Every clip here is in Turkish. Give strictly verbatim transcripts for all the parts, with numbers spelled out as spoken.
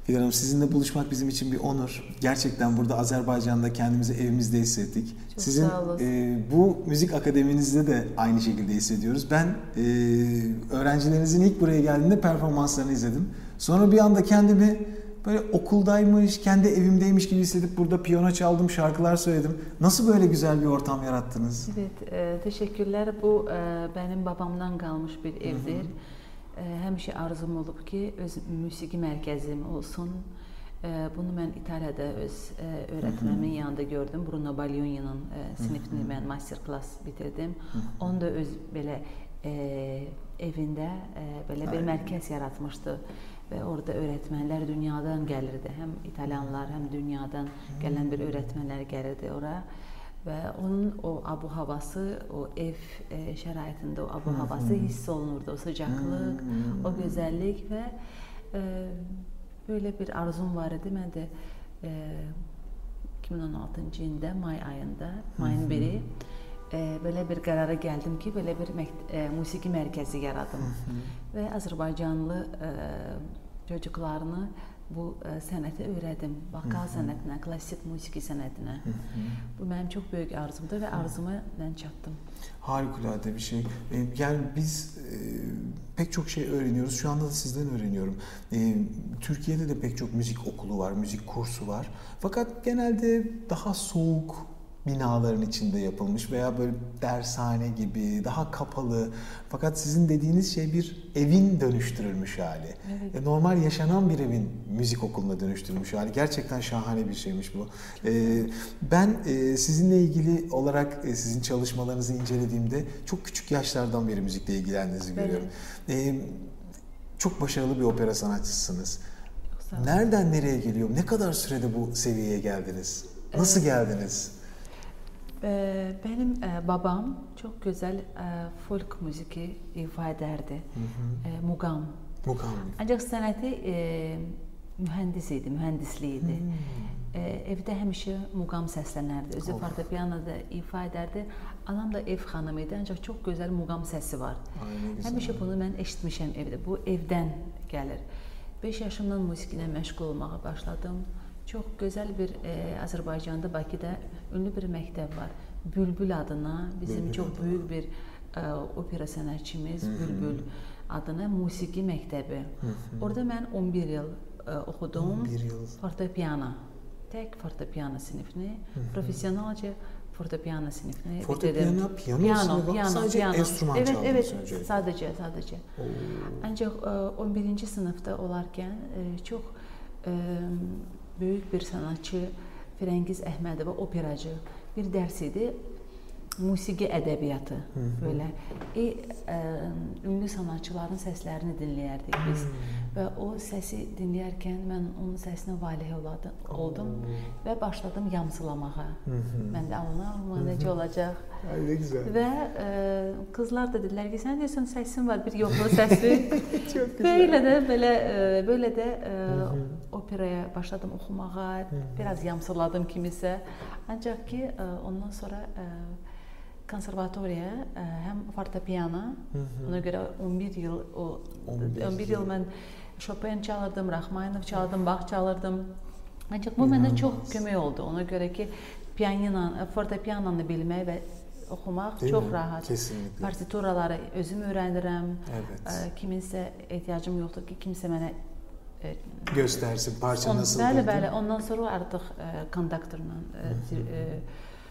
Hilal Hanım, sizinle buluşmak bizim için bir onur. Gerçekten burada Azerbaycan'da kendimizi evimizde hissettik. Çok Sizin sağ olasın. e, bu müzik akademinizde de aynı şekilde hissediyoruz. Ben e, öğrencilerinizin ilk buraya geldiğinde performanslarını izledim. Sonra bir anda kendimi böyle okuldaymış, kendi evimdeymiş gibi hissedip burada piyano çaldım, şarkılar söyledim. Nasıl böyle güzel bir ortam yarattınız? Evet, e, teşekkürler. Bu e, benim babamdan kalmış bir evdir. Hı hı. E, həmişə arzum olub ki, öz musiqi mərkəzim olsun. E, bunu mən İtaliyada öz e, öğretmenimin yanında gördüm. Bruno Baglioni'nin e, sinifini mən master class bitirdim. Hı hı. Onu da öz belə e, evində e, belə bir mərkəz yaratmışdı. Ve orada öğretmenler dünyadan gelirdi. Hem İtalyanlar hem dünyadan gelen bir öğretmenler gelirdi oraya. Ve onun o abu havası, o ev e, şəraitində o abu havası hiss olunurdu. O sıcaklık, o güzellik ve e, böyle bir arzum var idi. Ben de e, iki bin on altıncı ildə may ayında, mayın biri e, böyle bir karara geldim ki böyle bir e, musiki merkezi yaradım. Ve Azerbaycanlı e, çocuklarını bu e, sənəti öyrədim. Vokal sənətinə, klassik musiki sənətinə. Bu mənim çok büyük arzumdu ve arzuma ben çattım. Harikulade bir şey. Yani biz e, pek çok şey öğreniyoruz. Şu anda da sizden öğreniyorum. E, Türkiye'de de pek çok müzik okulu var, müzik kursu var. Fakat genelde daha soğuk binaların içinde yapılmış veya böyle dershane gibi daha kapalı. Fakat sizin dediğiniz şey bir evin dönüştürülmüş hali. Evet. E, normal yaşanan bir evin müzik okuluna dönüştürülmüş hali. Gerçekten şahane bir şeymiş bu. E, ben e, sizinle ilgili olarak e, sizin çalışmalarınızı incelediğimde çok küçük yaşlardan beri müzikle ilgilendiğinizi evet. görüyorum. E, çok başarılı bir opera sanatçısınız. Nereden nereye geliyor? Ne kadar sürede bu seviyeye geldiniz? Nasıl evet. geldiniz? Benim babam çok güzel folk müziği ifa ederdi. Hı hı. Muqam. Muqam. Ancak sənəti e, mühəndis idi, mühəndisliyi idi. E, evdə həmişə muqam səslənərdi. Özü oh. fortepianoda ifa ederdi. Anam da ev xanımı idi, ancak çok güzel muqam səsi var. Ay, həmişə bunu mən eşitmişəm evdə. Bu evdən gəlir. beş yaşımdan musiqiylə məşğul olmağa başladım. Çok güzel bir e, Azerbaycan'da, Bakı'da ünlü bir mektep var. Bülbül adına bizim Bülbül çok adına. büyük bir e, opera sanatçımız Hı-hı. Bülbül adına musiki mektebi. Hı-hı. Orada ben on bir yıl e, okudum. on bir yıl. Fortepiyano. Tek fortepiyano sınıfını, Hı-hı. profesyonelce fortepiyano sınıfını Fortepiyano, bitirdim. piyano, piyano piyano, sadece piyano. enstrüman evet, çaldınız evet, önce. sadece, sadece. Oo. Ancak e, on birinci sınıfta olarken e, çok e, büyük bir sanatçı Firəngiz Əhmədova, operacı bir ders idi. Musiki ədəbiyyatı hı hı. böyle. E, e, ünlü sanatçıların seslerini dinləyərdik biz. Hı. Ve o sesi dinləyərkən mən onun səsinə valeh oldum Oo. ve başladım yamsılamağa. Mən də Allah necə olacaq. Ay, ne güzel. Ve e, kızlar da dediler ki sen diyorsun sesin var, bir yoklu sesi. Çok güzel. Böyle de böyle e, böyle de e, hı hı. operaya başladım okumağa. Hı hı. Biraz yamsıladım kimisə. Ancak ki e, ondan sonra e, konservatoriya hem fortepiyano, ona göre on bir yıl o on bir yıl ben Chopin çalırdım, Rachmaninov çalırdım, Bach çalırdım. Ancak bu bana çok kömək oldu. Ona göre ki piyanino, fortepiyanonu bilmək ve okumak Değil çok mi? rahat. Kesinlikle. Partituraları özüm öğrenirim. Evet. Kiminse ihtiyacım yoktur ki kimse bana e, göstersin parça on, nasıl. Bəli, bəli. Ondan sonra artık e, konduktorla e,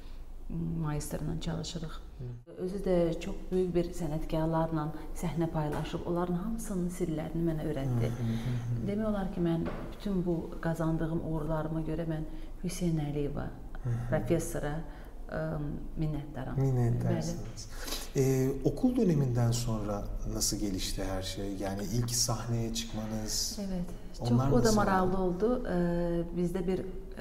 maestrla çalışırıq. Hı. Özü də çox böyük bir sənətkarlarla səhnə paylaşıb, onların hamısının sirlərini mənə öyrətdi. Demək olar ki, mən bütün bu qazandığım uğurlarıma görə mən Hüseyn Əliyeva, professora ə, minnətdaram. Minnettarsınız. Ee, okul döneminden sonra nasıl gelişti her şey? Yani ilk sahneye çıkmanız. Evet, çok o da maraqlı oldu. Ee, bizdə bir e,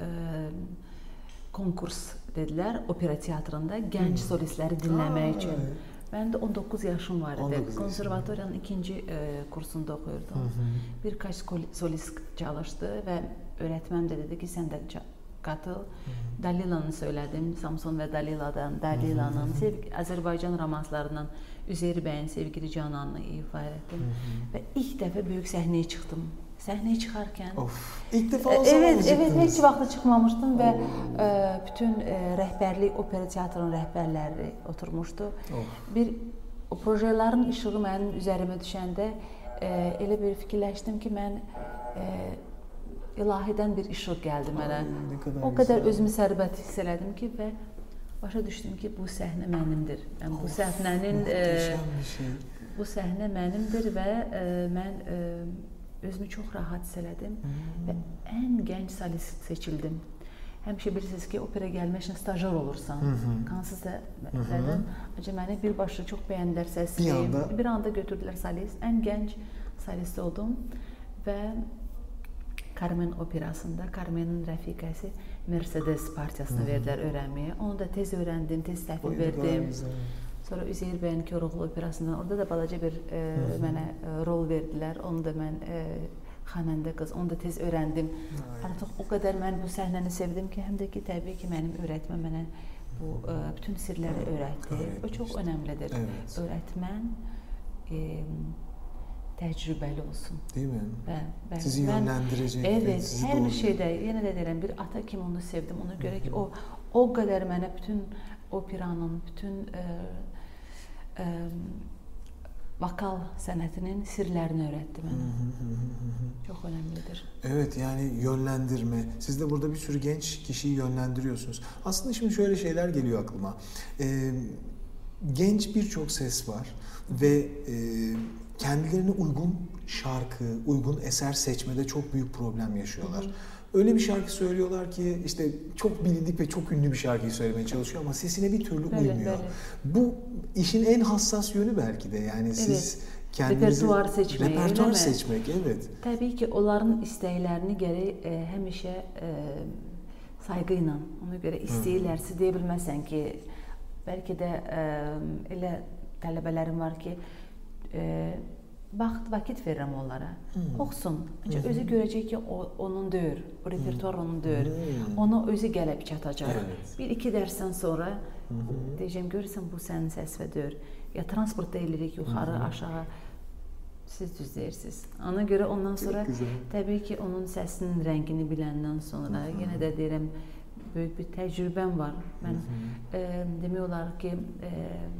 konkurs dediler opera tiyatrında genç hmm. solistleri dinlemek için. Evet. Ben de on dokuz yaşım vardı. Konservatoriyanın ikinci e, kursunda okuyordum. Hı hı. Birkaç solist çalıştı ve öğretmen de dedi ki sen de katıl. Hı hı. Dalila'nı söyledim. Samson ve Dalila'dan, Dalila'nın sevgi, Azerbaycan romanslarından Üzeyir Bey'in Sevgili Canan'ı ifa ettim. Hı hı. Ve ilk defa büyük sahneye çıktım. Səhnəyə çıxarkən. Of, ilk defa o zaman Evet, mı evet, çıktınız? heç vaxt çıxmamışdım və e, bütün e, rəhbərlik, opera teatrının rəhbərləri oturmuşdu. Of. Bir o projelerin işığı mənim üzərimə düşəndə e, elə bir fikirləşdim ki, mən e, ilahidən bir işıq gəldi mənə. Ay, o qədər özümü sərbəst hiss elədim ki və başa düşdüm ki, bu səhnə mənimdir. Yəni bu səhnənin e, şey. bu səhnə mənimdir və e, mən e, özümü çox rahat hiss elədim hmm. və ən gənc solist seçildim. Həmişə bilirsiniz ki, opera gəlmək üçün stajyer olursan. Kansız da məsələdən. Ancaq məni birbaşa çox bəyəndilər səsini. Bir anda, bir anda götürdülər solist. Ən gənc solist oldum və Carmen operasında Carmen'in rəfiqəsi Mercedes partiyasını verdilər öyrənməyə. Onu da tez öyrəndim, tez təhvil verdim. Sonra Üzeyir bəyin Koroğlu operasından orada da balaca bir e, mənə e, rol verdilər. Onu da mən e, xanəndə qız, onu da tez öyrəndim. Ay. Artıq o qədər mən bu səhnəni sevdim ki, həm də ki, təbii ki, mənim öyrətməm mənə bu e, bütün sirləri öyrətdi. Evet, o çox işte. önəmlidir. Evet. Öyrətmən e, təcrübəli olsun. Değil mi? Və, və, sizi yönləndirəcək. Evet, sizi hər doğru. bir şeydə, yenə də deyirəm, bir ata kimi onu sevdim. Ona görə ki, o o qədər mənə bütün operanın, bütün e, e, vokal sənətinin sirlərini öğretti bana. Çok önemlidir. Evet, yani yönlendirme. Siz de burada bir sürü genç kişiyi yönlendiriyorsunuz. Aslında şimdi şöyle şeyler geliyor aklıma. Ee, genç birçok ses var ve e, kendilerine uygun şarkı, uygun eser seçmede çok büyük problem yaşıyorlar. Hı hı. Öyle bir şarkı söylüyorlar ki işte çok bilindik ve çok ünlü bir şarkıyı söylemeye çalışıyor ama sesine bir türlü böyle, uymuyor. Böyle. Bu işin en hassas yönü belki de. Yani siz evet. kendinizi repertuar seçmek, repertuar seçmek, evet. Tabii ki onların istəklərini gərək e, həmişə e, sayğı ilə, ona görə istəyirlərsə deyə bilməsən ki, bəlkə də e, elə tələbələrim var ki, e, vaxt, vakit verirəm onlara. Hmm. Oxusun. Ancaq özü görəcək ki, o, onun deyir, o repertuar onun deyir. Hmm. Ona özü gəlib çatacaq. Evet. Bir, iki dərsdən sonra hmm. deyəcəm, görürsən, bu sənin səs və deyir. Ya transportda eləyirik, yuxarı, hmm. aşağı. Siz düz deyirsiniz. Ona görə ondan sonra təbii ki, onun səsinin rəngini biləndən sonra hmm. yenə də deyirəm, böyük bir təcrübəm var. Mən hmm. e, demək olar ki, e,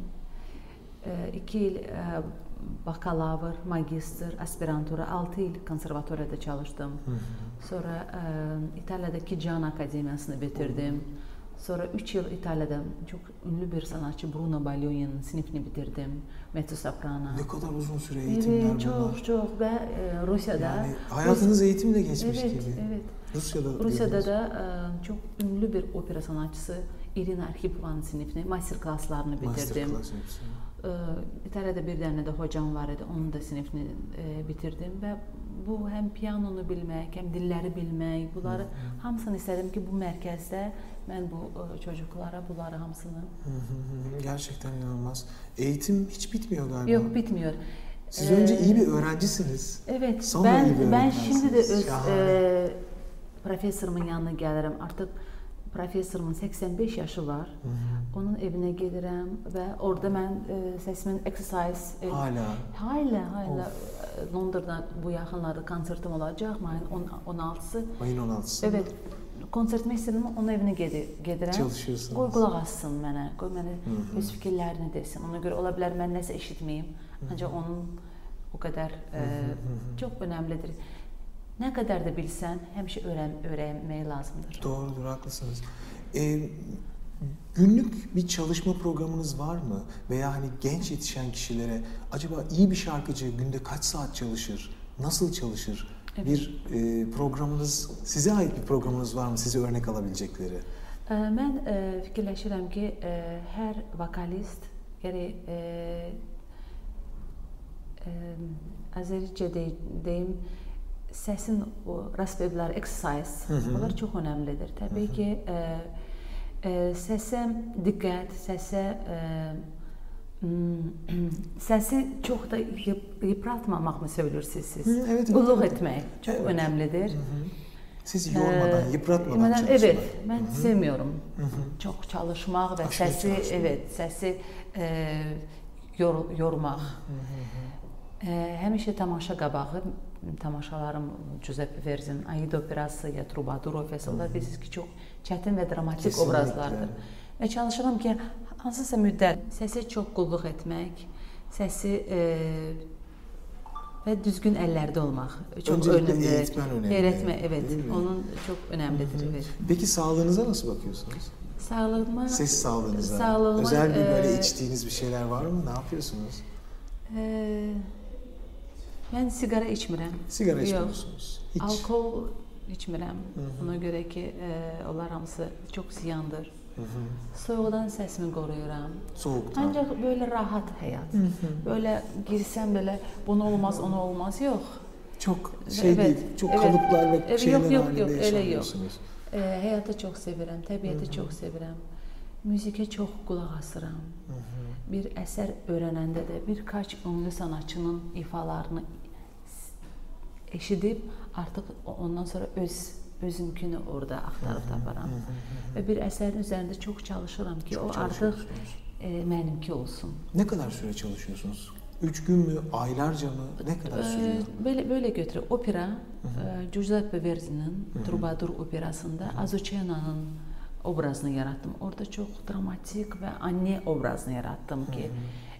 e, iki il e, bakalavr, magistr, aspirantura, altı il konservatoriyada çalışdım. Hı hı. Sonra e, İtalya'daki Can Akademiyasını bitirdim. Hı. Sonra üç yıl İtalya'da çok ünlü bir sanatçı Bruno Baglioni'nin sınıfını bitirdim. Mezzo soprano. Ne kadar uzun süre eğitimler evet, bunlar. Çok çok ve e, Rusya'da. Yani hayatınız eğitimle geçmiş evet, gibi. Evet. Rusya'da. Rusya'da da e, çok ünlü bir opera sanatçısı Irina Arhipova'nın sınıfını, master klaslarını bitirdim. Master class hepsi. İtalya'da bir tane de hocam var idi, onun da sınıfını e, bitirdim ve bu hem piyanonu bilmək, hem dilləri bilmək, bunları hı -hı. hamısını istedim ki, bu mərkəzdə mən bu e, çocuklara bunları hamısını... Hı -hı. Gerçekten inanılmaz. Eğitim hiç bitmiyor galiba. Yok, bitmiyor. Siz ee, önce iyi bir öğrencisiniz. Evet, sonra ben, iyi bir ben şimdi de öz e, professorumun yanına gelirim. Artık professorumun seksen beş yaşı var. Hı -hı. Onun evine gelirəm və orada mən e, sesimin exercise... E, hala? Hala, hala. Of. Londra'da bu yaxınlarda konsertim olacaq. Mayın on altısı. Mayın on altısı. Evet. Konsertimi istədim, onun evinə gedirəm. Çalışıyorsunuz. Qoy qulaq assın mənə, qoy mənə öz fikirlərini desin. Ona görə ola bilər mən nəsə eşitməyim. Ancaq onun o qədər e, çox önəmlidir. Ne kadar da bilsen həmişə öğren, öğrenmeye lazımdır. Doğrudur, haklısınız. Ee, günlük bir çalışma programınız var mı? Veya hani genç yetişen kişilere acaba iyi bir şarkıcı günde kaç saat çalışır? Nasıl çalışır? Evet. Bir e, programınız, size ait bir programınız var mı? Size örnek alabilecekleri? Ee, mən e, fikirləşirəm ki, e, hər vokalist gərək e, e, Azəricə deyim, səsin o raspevlər, exercise, hı -hı. Onlar çox önəmlidir. Təbii hı -hı. ki, e, e, səsə diqqət, səsə e, səsi çox da yıp, yıpratmamaq mı söylürsünüz siz? Hı, evet, qulluq evet. etmək çox evet. önəmlidir. Hı -hı. Sizi yormadan, ee, yıpratmadan çalışmak. Evet, mən Hı -hı. sevmiyorum. Hı -hı. Çox çalışmaq və Aşırı səsi, çalışmak. evet, səsi e, yor, yormaq. Hı -hı. E, həmişə tamaşa qabağı tamaşalarım Giuseppe Verdi'nin Aida operası ya Troubadour operası, onlar bilirsiniz ki çox çətin və dramatik Kesinlikle. obrazlardır. Və çalışıram ki, hansısa müddət səsə çox qulluq etmək, səsi e, və düzgün əllərdə olmaq çox Öncelikle önemli. eğitmen önemli. Eğitmen, evet. Değil mi? Onun çok önemlidir. Evet. Peki sağlığınıza nasıl bakıyorsunuz? Sağlığıma, Ses sağlığınıza. sağlığıma, Özel bir böyle e, içtiğiniz bir şeyler var mı? Ne yapıyorsunuz? e, ben sigara içmirəm. Sigara Yox. içmiyorsunuz. Hiç. Alkol içmirəm. Ona görə ki, e, onlar hamısı çox ziyandır. Hı hı. Soyuqdan səsimi qoruyuram. Soğuktan. Ancaq böyle rahat həyat. Böyle girsəm belə bunu olmaz, onu olmaz, yox. Çok şey Evet, değil, çok evet. kalıplar ve Evet, şeyler yok, yok, halinde yok, öyle yok. yaşamıyorsunuz. E, həyatı çox sevirəm, təbiəti çox sevirəm. Müzikə çox qulaq asıram. Hı hı. Bir əsər öyrənəndə də birkaç ünlü sanatçının ifalarını eşidib artıq ondan sonra öz özümkünü orada axtarıb taparam. Və bir əsərin üzərində çox çalışıram ki, Çok o artıq çalışıyorsunuz. e, mənimki olsun. Ne kadar süre çalışıyorsunuz? Üç gün mü, aylarca mı? Ne kadar sürüyor? E, Belə böyle götürür. Opera, e, Giuseppe Verdi'nin Troubadour operasında Azucena'nın obrazını yarattım. Orada çox dramatik və anne obrazını yarattım ki,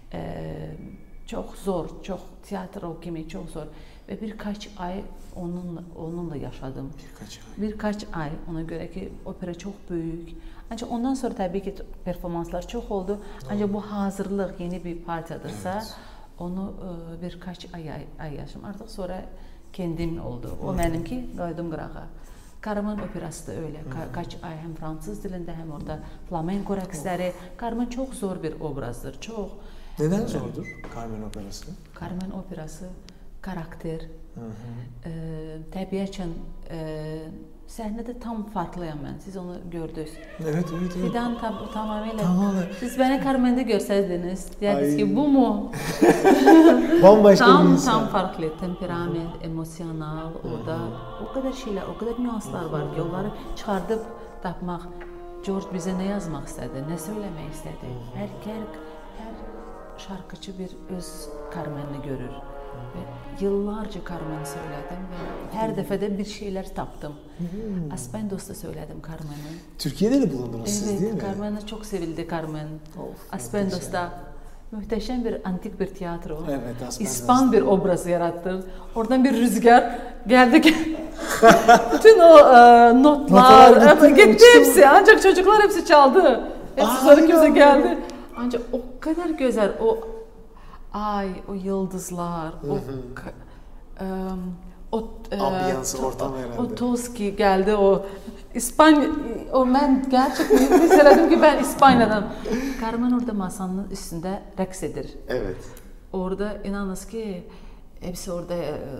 e, çox zor, çox tiyatro kimi çox zor. Və birkaç ay onunla, onunla yaşadım. Birkaç ay. Birkaç ay, ona görə ki, opera çox böyük. Ancaq ondan sonra təbii ki, performanslar çox oldu. Ancaq bu hazırlıq yeni bir partiyadırsa, Evet. onu e, birkaç ay, ay, ay yaşadım. Artıq sonra kendim oldu. O mənimki qayıdım qırağa. Carmen operası da öyle. Ka kaç ay hem Fransız dilində, hem orada flamenko rəqsləri. Carmen çox zor bir obrazdır, çox. Neden zordur Carmen Operası? Carmen operası karakter, Hı hı. e, təbiət üçün e, səhnədə tam farklıyam mən. Siz onu gördünüz. Evet, evet, evet. Fidan tam, tamamilə. Tamamen. Siz bəni Carmen'de görsəydiniz, deyərdiniz ki, bu mu? Bambaşka bir Tam insan. tam farklı, temperament, emosyonal, orada o kadar şeyler, o kadar nüanslar var ki, onları çıxardıb tapmaq. George bizə nə yazmaq istədi, nə söyləmək istədi? Hər hər hər şarkıcı bir öz Carmen'ini görür. Və yıllarca Carmen söylədim və hər dəfədə bir şeylər tapdım. Aspendos'ta söylədim Carmen'i. Türkiye'de de bulundunuz siz değil Evet, mi? Carmen'e çok sevildi Carmen. Of, Aspendos'ta muhteşem bir antik bir tiyatro. Evet, Aspendos. İspan bir obraz yarattı. Oradan bir rüzgar geldi ki bütün o e, notlar Notalar gitti mi? gitti Uçtu mu? hepsi. Ancak çocuklar hepsi çaldı. Hepsi Aa, sonra kimse inanmıyorum. geldi. Ancak o kadar güzel o ay, o yıldızlar, o ka- em, o e, Ambiyansı, to- ortam o herhalde. toz ki geldi o İspanya, o ben gerçekten hissederdim ki ben İspanya'dan. Carmen orada masanın üstünde raks edir. Evet. Orada inanınız ki hepsi orada e, e,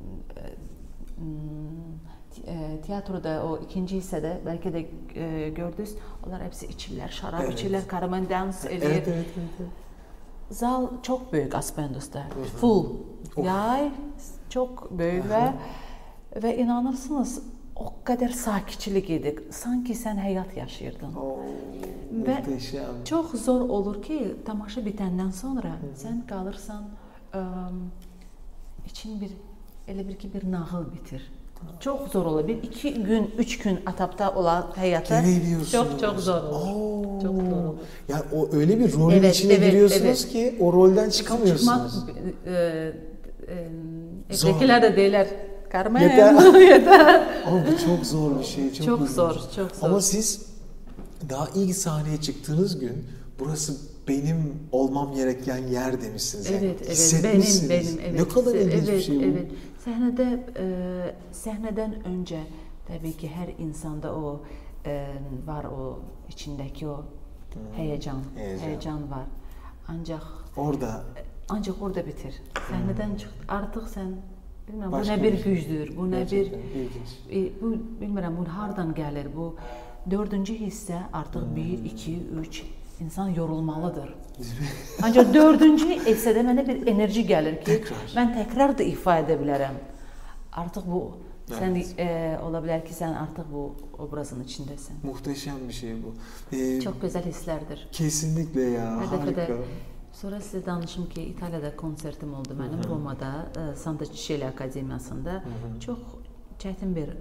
e, tiyatroda o ikinci hissede belki de e, gördünüz. Onlar hepsi içirler, şarap Evet. içirler, Carmen dans ediyor. Evet, evet, evet. evet. Zal çok büyük Aspendos'ta. Full. Yay çok büyük ve ve inanırsınız o kadar sakitçilik idi. Sanki sen hayat yaşıyordun. Oo, Ve muhteşem. çok zor olur ki tamaşa bitəndən sonra sen kalırsan ıı, için bir elə bir ki bir nağıl bitir. Çok zor olur. Bir iki gün, üç gün atapta olan hayata Gelebiliyorsunuz. çok çok zor olur. Oo. Çok zor olur. Yani o öyle bir rolün Evet, içine evet, giriyorsunuz evet. ki o rolden çıkamıyorsunuz. Çıkmak, e, e, Zor. evdekiler de deyirlər, Carmen, Yeter. yeter. Ama bu çok zor bir şey. Çok, Çok ilginç. zor, çok zor. Ama siz daha ilk sahneye çıktığınız gün burası benim olmam gereken yer demişsiniz. Yani Evet, evet, benim, hissetmişsiniz. benim, evet. Ne kadar ilginç evet, bir şey bu. Evet. Səhnədə, e, səhnədən öncə təbii ki hər insanda o e, var o içindəki o heyecan, Heyecan. heyecan var. Ancaq Orada ancaq orada bitir. Səhnədən çıx, artıq sən bilmirəm bu Başqa nə bir bir şey. gücdür, bu nə bir Gerçekten ilginç. e, bu bilmirəm bu hardan gəlir bu dördüncü hissə artıq bir, iki, üç insan yorulmalıdır. Ancaq dördüncü hissədə mənə bir enerji gəlir ki, Təkrar. mən təkrar da ifa edə bilərəm. Artıq bu sən Evet. e, ola bilər ki, sən artıq bu obrazın içindəsən. Muhteşem bir şey bu. Ee, Çox gözəl hisslərdir. Kesinlikle ya. Hər Harika. dəfə də Sonra sizə danışım ki, İtaliyada konsertim oldu mənim, Romada, Santa Cecilia Akademiyasında. Çox çətin bir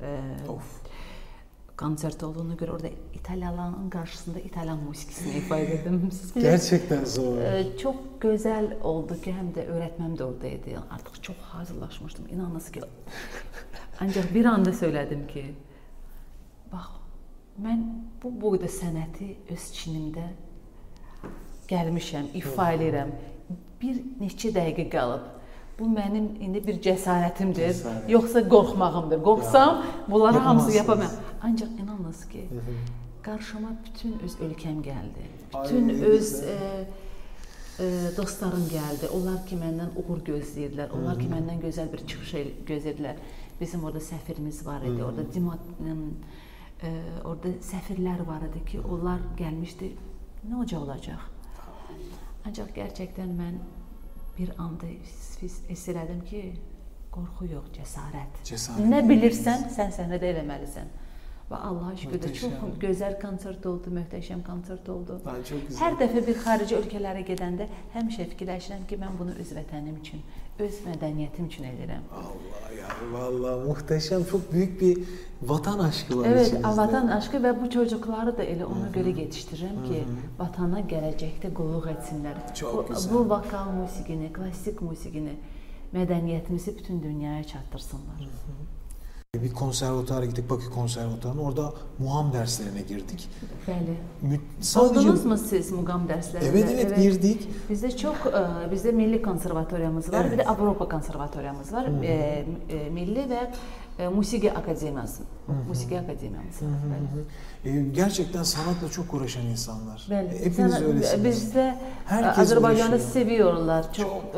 konsert olduğuna göre orada İtalyanların karşısında İtalyan musikisini ifade ettim. Gerçekten zor. Çok güzel oldu ki hem de öğretmenim de oradaydı. Artık çok hazırlaşmıştım. İnanılmaz ki. Ancak bir anda söyledim ki, bak ben bu boyda sənəti öz çinimdə gəlmişəm, ifa edirəm. Bir neçə dəqiqə qalıb. Bu mənim indi bir cəsarətimdir, Cesaret. Yoxsa qorxmağımdır. Qorxsam bunları hamısı yapamam. Ancaq inanınız ki, qarşıma bütün öz ölkəm gəldi. Bütün Ay, öz e, e, dostlarım gəldi. Onlar ki məndən uğur gözləyirdilər. Onlar ki məndən gözəl bir çıxış gözləyirdilər. Bizim orada səfirimiz var idi. Orada Dimat'ın e, orada səfirlər var idi ki, onlar gəlmişdi. Nə olacaq olacaq? Ancaq gerçekten mən bir anda hiss elədim ki, qorxu yox, cəsarət. Cəsarət. Nə bilirsən, sən səhnədə eləməlisən. Və Allah'a şükür də çox gözəl konsert oldu, möhtəşəm konsert oldu. Ay, çok güzel. Hər dəfə bir xarici ölkələrə gedəndə həmişə fikirləşirəm ki, mən bunu öz vətənim üçün, öz mədəniyyətim için edirəm. Allah ya, vallahi muhteşem, çok büyük bir vatan aşkı var evet, içinizde. Evet, vatan aşkı ve bu çocukları da elə ona göre yetiştirirəm ki, vatana gələcəkdə qulluq etsinlər. Çok bu, güzel. Bu vokal musiqini, klasik musiqini, mədəniyyətimizi bütün dünyaya çattırsınlar. Hı -hı. Bir konservatuara gittik, Bakü konservatuarına. Orada muğam derslerine girdik. Bəli. Sadece... Oldunuz mu siz muğam derslerinde? Evet, evet, evet, girdik. Bizde çok, bizde milli konservatuaryamız var, evet. Bir de Avrupa konservatuaryamız var. E, e, milli ve e, musiki akademiyası. Hı -hı. Musiki akademiyamız var. Hı -hı. E, gerçekten sanatla çok uğraşan insanlar. Bəli. Hepiniz Sana, öylesiniz. Bizde Azerbaycan'da seviyorlar çok. çok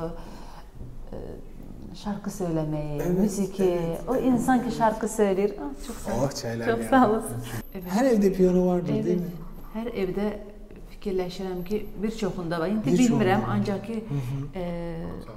e, e, şarkı söylemeyi, evet, müziki, evet, o insan ki şarkı söyler, ah, çok sağ oh, çaylar çok yani. Sağ olasın. Evet. Her evde piyano vardır, evet, değil mi? Her evde fikirləşirəm ki, bir çoxunda var. İndi bilmirəm, ancaq ki, e,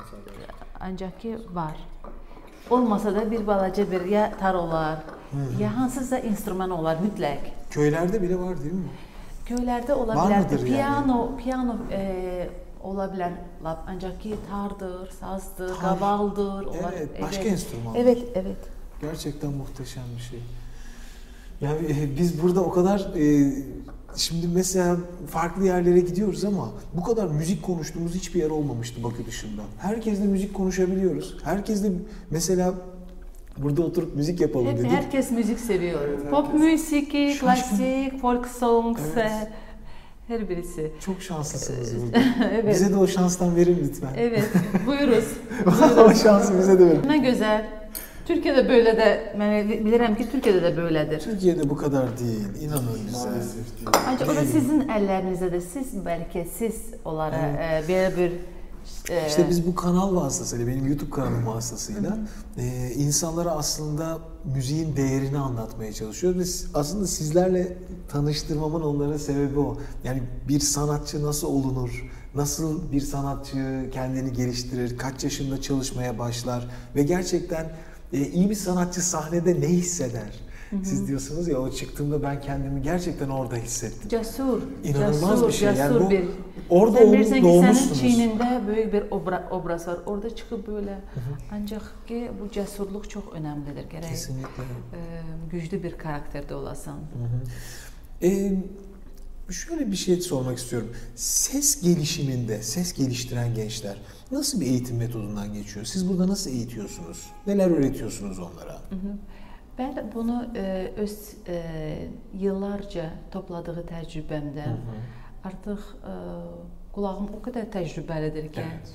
ancaq ki var. Olmasa da bir balaca bir ya tar olar, Hı -hı. ya hansısa instruman olar mütləq. Köylerde bile var değil mi? Köylerde olabilir. Piyano, yani? piyano e, olabilir, ancak ki tardır, sazdır, Tar. kabaldır. Evet, başka evet. enstrümanlar. Evet, evet. Gerçekten muhteşem bir şey. Yani e, biz burada o kadar, e, şimdi mesela farklı yerlere gidiyoruz ama bu kadar müzik konuştuğumuz hiçbir yer olmamıştı Bakü dışında. Herkesle müzik konuşabiliyoruz. Herkesle mesela burada oturup müzik yapalım Hep, dedik. Herkes müzik seviyor. Evet, pop müzik, klasik, folk songs. Evet. Her birisi. Çok şanslısınız burada. Evet. Bize de o şanstan verin lütfen. Evet, buyuruz. O şansı bize de verin. Ne güzel. Türkiye'de böyle de, ben bilirim ki Türkiye'de de böyledir. Türkiye'de bu kadar değil, inanın bize. Ancak o da sizin ellerinizde de, siz belki siz olarak evet. e, bir e, İşte biz bu kanal vasıtasıyla, benim YouTube kanalım vasıtasıyla e, insanlara aslında müziğin değerini anlatmaya çalışıyoruz. Biz aslında sizlerle tanıştırmamın onların sebebi o. Yani bir sanatçı nasıl olunur, nasıl bir sanatçı kendini geliştirir, kaç yaşında çalışmaya başlar ve gerçekten e, iyi bir sanatçı sahnede ne hisseder? Hı hı. Siz diyorsunuz ya, o çıktığımda ben kendimi gerçekten orada hissettim. Cesur. İnanılmaz cesur, bir şey. Yani bu, bir. orada Sen olup doğmuşsunuz. Senin çiğninde büyük bir obra, obraz var. Orada çıkıp böyle. Hı hı. Ancak ki bu cesurluk çok önemlidir. Gerek, kesinlikle. E, güçlü bir karakterde olasan. Hı hı. E, şöyle bir şey sormak istiyorum. Ses gelişiminde, ses geliştiren gençler nasıl bir eğitim metodundan geçiyor? Siz burada nasıl eğitiyorsunuz? Neler öğretiyorsunuz onlara? Hı hı. Ben bunu e, öz e, yıllarca topladığı tecrübemden, hı hı. artık e, kulağım o kadar tecrübelidir ki, evet.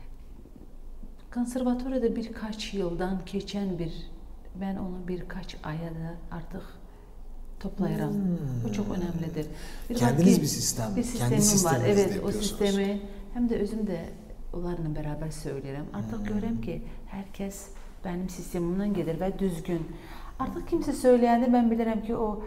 konservatuvarda birkaç yıldan geçen bir, ben onu birkaç ayda artık toplayıram. Hmm. Bu çok önemlidir. Bir Kendiniz bir sistem, bir sistemim var. Evet, o sistemi hem de özüm de onlarla beraber söylerim. Artık hmm. görürüm ki herkes benim sistemimden gelir ve düzgün. Artık kimse söyleyende ben bilirim ki o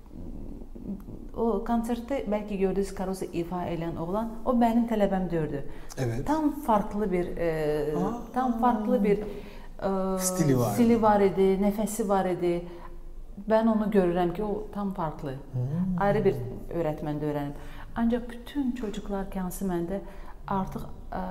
o konserte belki gördüğünüz Caruso ifa eden oğlan, o benim tələbəmdirdi. Evet. Tam farklı bir e, Aa, tam farklı bir e, stili var. Stili var idi, nefesi var idi. Ben onu görürüm ki o tam farklı. Hmm. Ayrı bir öğretmende öğrenip. Ancak bütün çocuklar ki hansı məndə artıq ə,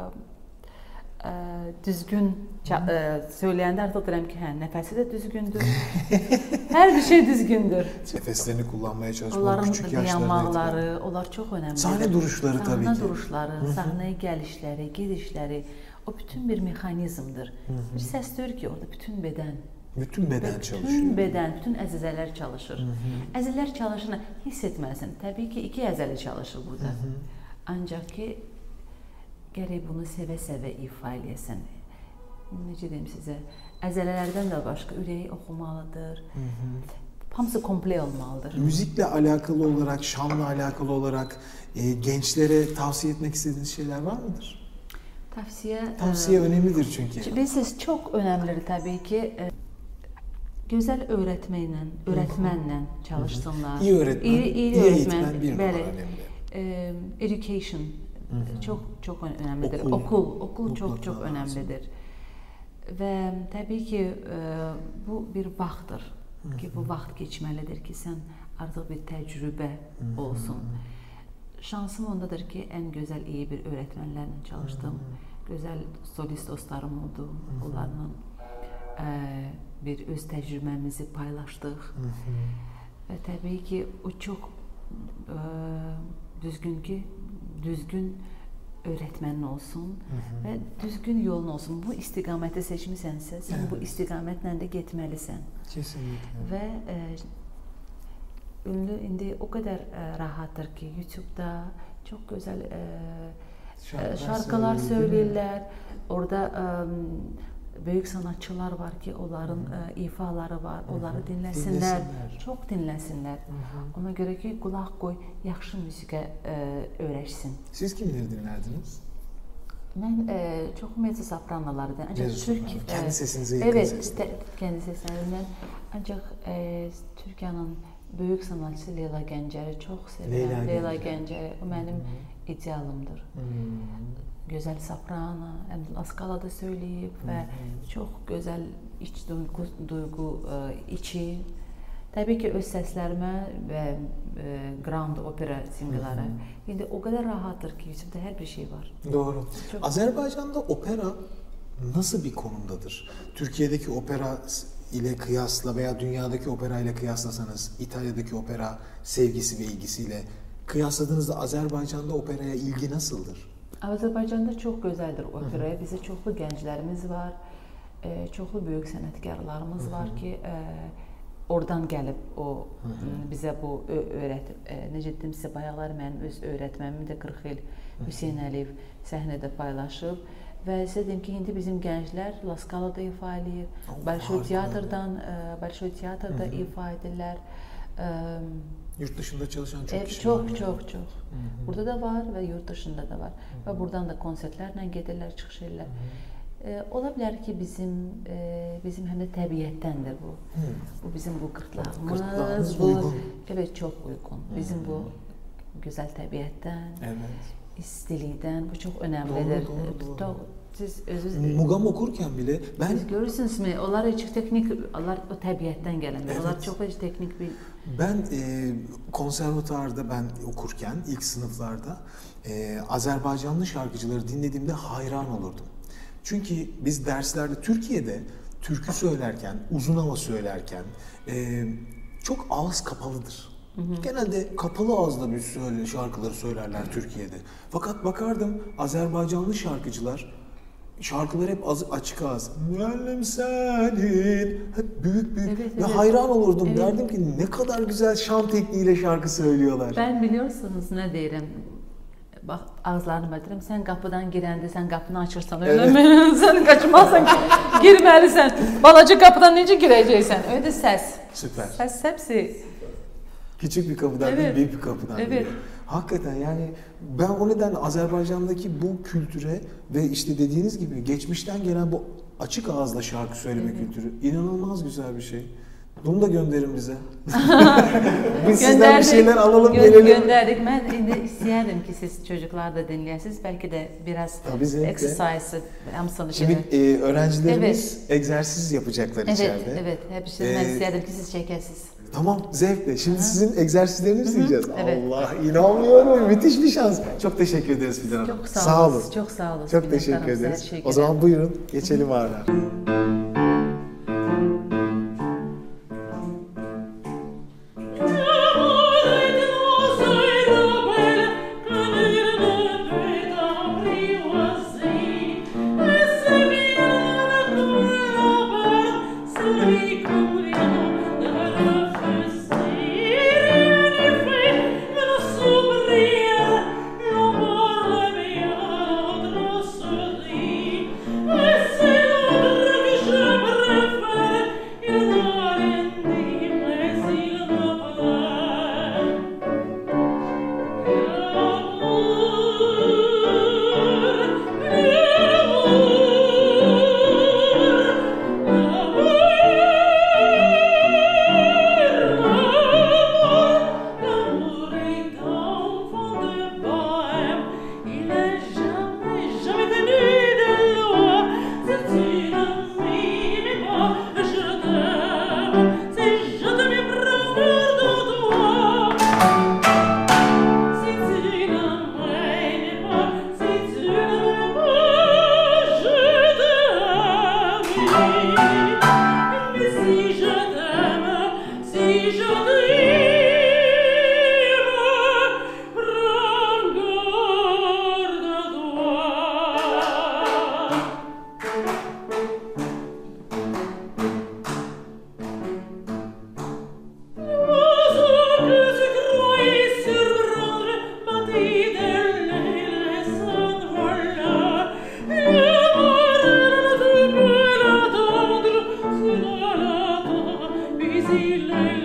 ə, düzgün ə, söyləyəndə artıq deyirəm ki, hə, nəfəsi də düzgündür. Hər bir şey düzgündür. Nefeslerini kullanmaya çalışmaları, Onların küçük yaşlarına dayanmaqları, etkiler. onlar çox önəmlidir. Sahne duruşları Sahne tabii ki. duruşları, sahnəyə gəlişləri, gedişləri, o bütün bir mexanizmdir. Bir səs deyir ki, orada bütün beden, Bütün beden bütün çalışıyor. Bütün beden, bütün əzizələr çalışır. Hı -hı. Əzizlər çalışını hiss etməlisən. Təbii ki, iki əzəli çalışır burada. Hı -hı. Ancaq ki, gərək bunu sevə-sevə ifa eləyəsən. Necə deyim sizə, əzələlərdən də başqa ürəyi oxumalıdır. Hı -hı. Hamısı komple olmalıdır. Müzikle alakalı olarak, şanla alakalı olarak e, gençlere tavsiye etmek istediğiniz şeyler var mıdır? Tavsiye, Tavsiye e, önemlidir çünkü. Bilirsiniz, çox önəmlidir təbii ki. E, gözəl öyrətməklə, öyrətmənlə çalışsınlar. İyi öğretmen, iyi, iyi, iyi öğretmen, eğitmen bir numara bəli. önemli. E, education Hı -hı. çox çox önəmlidir. Okul, okul, okul Okul çox çox lazım. önəmlidir. Və təbii ki, e, bu bir vaxtdır Hı -hı. ki, bu vaxt keçməlidir ki, sən artıq bir təcrübə Hı -hı. olsun. Şansım ondadır ki, ən gözəl, iyi bir öyrətmənlərlə çalışdım. Hı -hı. Gözəl solist dostlarım oldu. Hı -hı. Onlarla e, bir öz təcrübəmizi paylaşdıq. Hı -hı. Və təbii ki, o çox e, düzgün ki, düzgün öğretmenin olsun Hı -hı. və düzgün yolun olsun. Bu istiqaməti seçmisənsə, sən evet. bu istiqamətlə də getməlisən. Kesinlikle. Və e, ünlü indi o qədər e, rahatdır ki, YouTube'da çox gözəl e, şarkılar, şarkılar söyləyirlər. Orada e, böyük sanatçılar var ki, onların e, ifaları var. Onları dinləsinlər, dinləsinlər. Çox dinləsinlər. Hı -hı. Ona görə ki, qulaq qoy, yaxşı musiqə e, öyrəşsin. Siz kimleri dinlerdiniz? Mən e, çox mezzo sopranolardan, ancaq Türk e, kendi sesinize yakın evet, sesler. Evet, kendi seslərindən. Ancaq e, Türkiyənin böyük sanatçısı Leyla Gəncəri çox sevirəm. Leyla, Leyla Gəncəri o mənim Hı-hı. idealımdır. Hı-hı. Gözəl soprano, La Scala'da söyləyib Hı-hı. və çox gözəl iç duyğu, duyğu e, içi. Təbii ki, öz səslərimə və e, Grand Opera simgeləri. İndi o kadar rahattır ki, YouTube'da her bir şey var. Doğru. Çok... Azerbaycan'da opera nasıl bir konumdadır? Türkiye'deki opera ile kıyasla veya dünyadaki opera ile kıyaslasanız, İtalya'daki opera sevgisi ve ilgisiyle kıyasladığınızda Azerbaycan'da operaya ilgi nasıldır? Azerbaycan'da çok güzeldir operaya. Bizde çoxlu gənclərimiz var, e, çoxlu böyük sənətkarlarımız Hı -hı. var ki, e, oradan gəlib o Hı -hı. bizə bu öyrət e, necə dedim sizə bayaqlar mənim öz öyrətmənimi də qırx il Hüseyn Əliyev səhnədə paylaşıb və sizə deyim ki, indi bizim gənclər La Scala'da ifa edir, Bolşoy teatrdan e, Bolşoy teatrda Hı -hı. ifa edirlər. E, Yurt dışında çalışan çok e, kişi çok, var. Çok çok çok. Burada da var və yurt dışında da var. Hı -hı. Və buradan da konsertlərlə gedirlər, çıxış edirlər. E, ola bilər ki, bizim e, bizim həm də təbiətdəndir bu. Hı. Bu bizim bu qırtlağımız, Qırtlağımız bu uygun. Evet, çox uyğun. Bizim Hı. bu gözəl təbiətdən, evet. istilikdən bu çox önəmlidir. Doğru, doğru, doğru. Siz özünüz Mugam okurken bile ben siz görürsünüzmü? Onlar heç teknik, onlar o təbiətdən gələndir. Evet. Onlar çox heç teknik bir Ben e, konservatuarda ben okurken ilk sınıflarda e, Azerbaycanlı şarkıcıları dinlediğimde hayran olurdum. Çünkü biz derslerde Türkiye'de türkü söylerken, uzun hava söylerken e, çok ağız kapalıdır. Hı hı. Genelde kapalı ağızla bir söyle, şarkıları söylerler Türkiye'de. Fakat bakardım Azerbaycanlı şarkıcılar şarkılar hep az, açık ağız. Müellim senin. Hep büyük büyük. Evet, ve evet. hayran olurdum. Evet. Derdim ki ne kadar güzel şan tekniğiyle şarkı söylüyorlar. Ben biliyorsunuz ne deyirəm. Bax, ağızlarını bədirəm. Sən qapıdan girəndə, sən qapını açırsan, öyle evet. mi? Sən qaçmazsan, girməlisən. Balaca qapıdan necə girəcəksən? Öyle səs. Süper. Səs hepsi. Küçük bir kapıdan Evet. değil, büyük bir kapıdan Evet. geliyor. Hakikaten yani ben o nedenle Azerbaycan'daki bu kültüre ve işte dediğiniz gibi geçmişten gelen bu açık ağızla şarkı söyleme evet. kültürü inanılmaz güzel bir şey. Bunu da gönderin bize. Biz sizden bir şeyler alalım gö gelelim. Gönderdik. Ben indi istəyərdim ki siz çocuklar da dinləyəsiniz. Belki de biraz exercise, hamısını Şimdi e, öğrencilerimiz evet. egzersiz yapacaklar evet, içeride. Evet, evet. Hepsi ee, ben istəyərdim ki siz çəkəsiz. Tamam, zevkle. Şimdi Hı-hı. sizin egzersizlerinizi izleyeceğiz. Evet. Allah, inanmıyorum. Müthiş bir şans. Çok teşekkür ederiz Fidan Hanım. Çok sağ, sağ olun. olun. Çok sağ olun. Çok teşekkür ederiz. O zaman buyurun geçelim ara. Easy